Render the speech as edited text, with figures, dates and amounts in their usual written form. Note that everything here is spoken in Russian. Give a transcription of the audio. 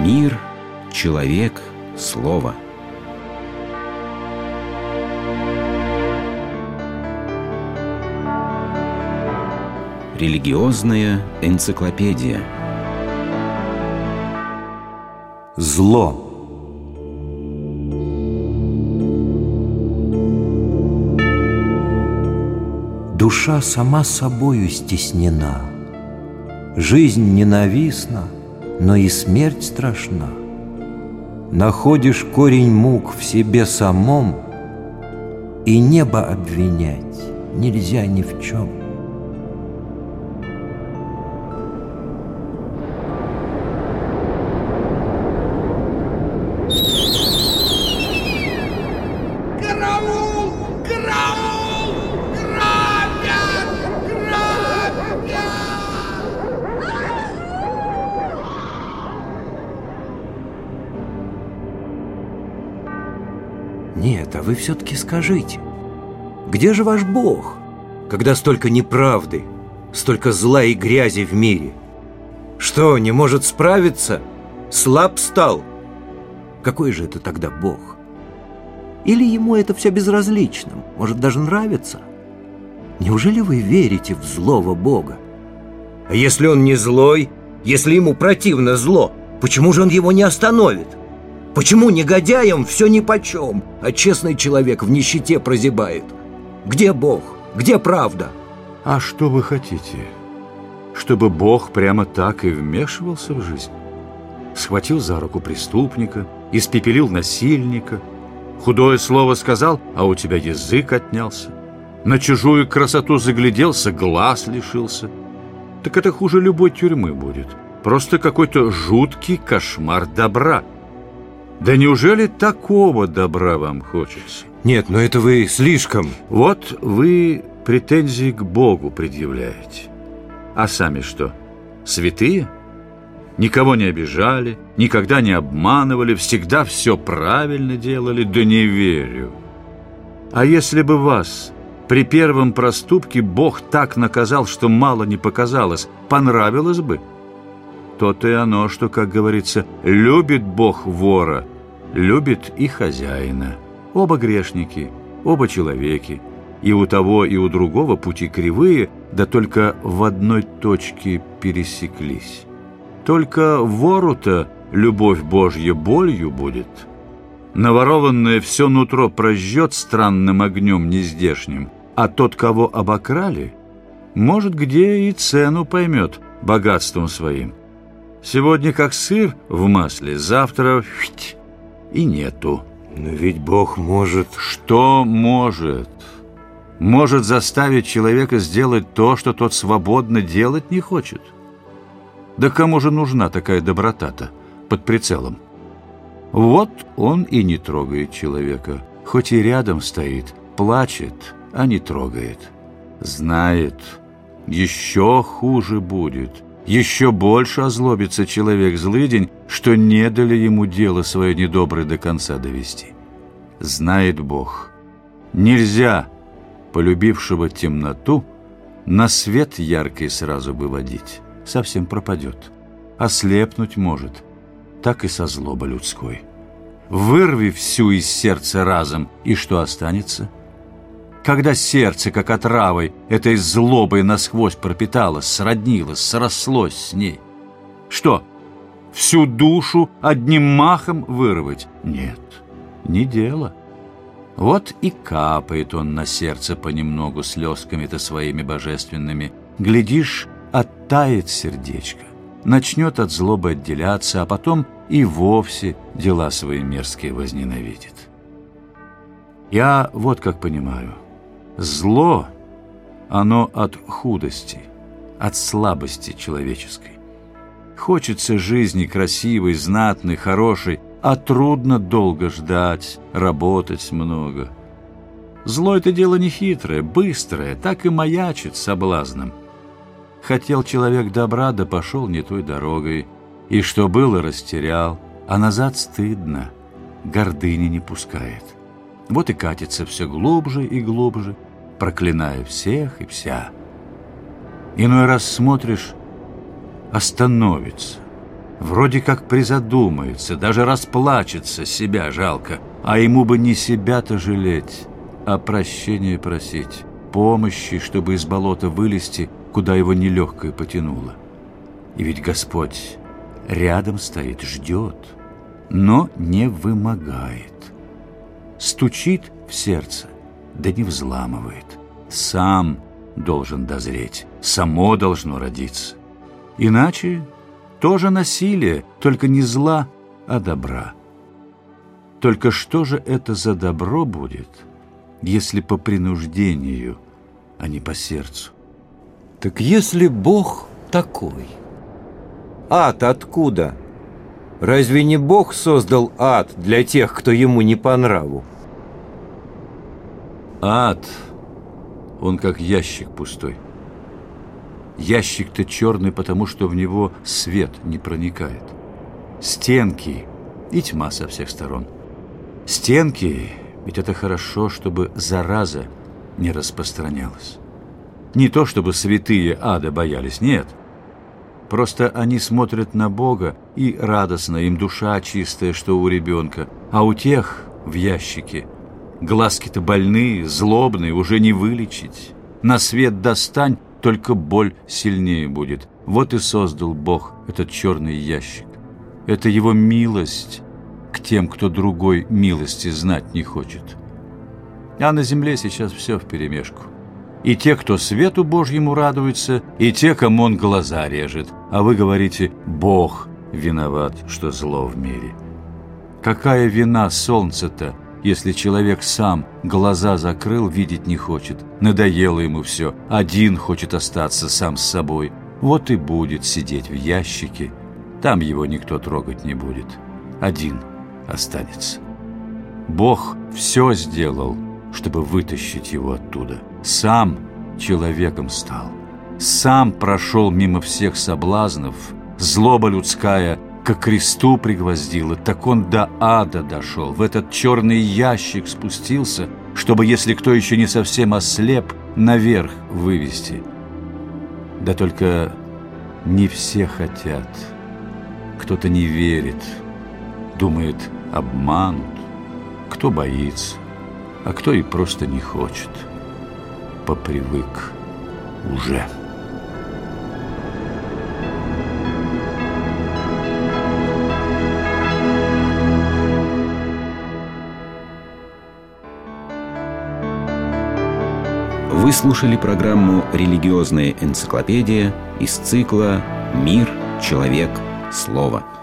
Мир, человек, слово. Религиозная энциклопедия. Зло. Душа сама собою стеснена, жизнь ненавистна, но и смерть страшна. Находишь корень мук в себе самом, и небо обвинять нельзя ни в чем. Нет, а вы все-таки скажите, где же ваш Бог, когда столько неправды, столько зла и грязи в мире? Что, не может справиться? Слаб стал? Какой же это тогда Бог? Или ему это все безразлично, может, даже нравится? Неужели вы верите в злого Бога? А если он не злой, если ему противно зло, почему же он его не остановит? Почему негодяям все нипочем, а честный человек в нищете прозябает? Где Бог? Где правда? А что вы хотите? Чтобы Бог прямо так и вмешивался в жизнь? Схватил за руку преступника, испепелил насильника, худое слово сказал, а у тебя язык отнялся, на чужую красоту загляделся, глаз лишился. Так это хуже любой тюрьмы будет. Просто какой-то жуткий кошмар добра. Да неужели такого добра вам хочется? Нет, но это вы слишком. Вот вы претензии к Богу предъявляете. А сами что, святые? Никого не обижали, никогда не обманывали, всегда все правильно делали? Да не верю. А если бы вас при первом проступке Бог так наказал, что мало не показалось, понравилось бы? То-то и оно, что, как говорится, любит Бог вора, любит и хозяина. Оба грешники, оба человеки, и у того, и у другого пути кривые, да только в одной точке пересеклись. Только вору-то любовь Божья болью будет. Наворованное все нутро прожжет странным огнем нездешним, а тот, кого обокрали, может, где и цену поймет богатством своим. Сегодня как сыр в масле, завтра и нету. Но ведь Бог может... Что может? Может заставить человека сделать то, что тот свободно делать не хочет. Да кому же нужна такая доброта-то под прицелом? Вот он и не трогает человека, хоть и рядом стоит, плачет, а не трогает. Знает, еще хуже будет. Еще больше озлобится человек-злыдень, что не дали ему дело свое недоброе до конца довести. Знает Бог, нельзя полюбившего темноту на свет яркий сразу выводить, совсем пропадет, ослепнуть может, так и со злобы людской. Вырви всю из сердца разом, и что останется? Когда сердце, как отравой, этой злобой насквозь пропиталось, сроднилось, срослось с ней. Что, всю душу одним махом вырвать? Нет, не дело. Вот и капает он на сердце понемногу слезками-то своими божественными. Глядишь, оттает сердечко, начнет от злобы отделяться, а потом и вовсе дела свои мерзкие возненавидит. Я вот как понимаю. Зло, оно от худости, от слабости человеческой. Хочется жизни красивой, знатной, хорошей, а трудно долго ждать, работать много. Зло — это дело не хитрое, быстрое, так и маячит соблазном. Хотел человек добра, да пошел не той дорогой, и что было, растерял, а назад стыдно, гордыня не пускает. Вот и катится все глубже и глубже, проклиная всех и вся. Иной раз смотришь, остановится, Вроде как призадумается, даже расплачется, себя жалко. А ему бы не себя-то жалеть, а прощения просить, помощи, чтобы из болота вылезти, куда его нелегкое потянуло. И ведь Господь рядом стоит, ждет, но не вымогает. Стучит в сердце, да не взламывает. Сам должен дозреть, само должно родиться. Иначе тоже насилие, только не зла, а добра. Только что же это за добро будет, если по принуждению, а не по сердцу? Так если Бог такой, ад откуда? Разве не Бог создал ад для тех, кто ему не по нраву? Ад, он как ящик пустой. Ящик-то черный, потому что в него свет не проникает. Стенки и тьма со всех сторон. Стенки, ведь это хорошо, чтобы зараза не распространялась. Не то, чтобы святые ада боялись, нет. Просто они смотрят на Бога, и радостно, им душа чистая, что у ребенка. А у тех в ящике глазки-то больные, злобные, уже не вылечить. На свет достань, только боль сильнее будет. Вот и создал Бог этот черный ящик. Это его милость к тем, кто другой милости знать не хочет. А на земле сейчас все вперемешку. И те, кто свету Божьему радуется, и те, кому он глаза режет. А вы говорите, Бог виноват, что зло в мире. Какая вина солнца-то, если человек сам глаза закрыл, видеть не хочет? Надоело ему все, один хочет остаться сам с собой. Вот и будет сидеть в ящике, там его никто трогать не будет. Один останется. Бог все сделал, чтобы вытащить его оттуда. Сам человеком стал. Сам прошел мимо всех соблазнов. Злоба людская ко кресту пригвоздила, так он до ада дошел. В этот черный ящик спустился, чтобы, если кто еще не совсем ослеп, наверх вывести. Да только не все хотят. Кто-то не верит, думает, обманут. Кто боится, а кто и просто не хочет. Попривык уже. Вы слушали программу «Религиозная энциклопедия» из цикла «Мир, человек, слово».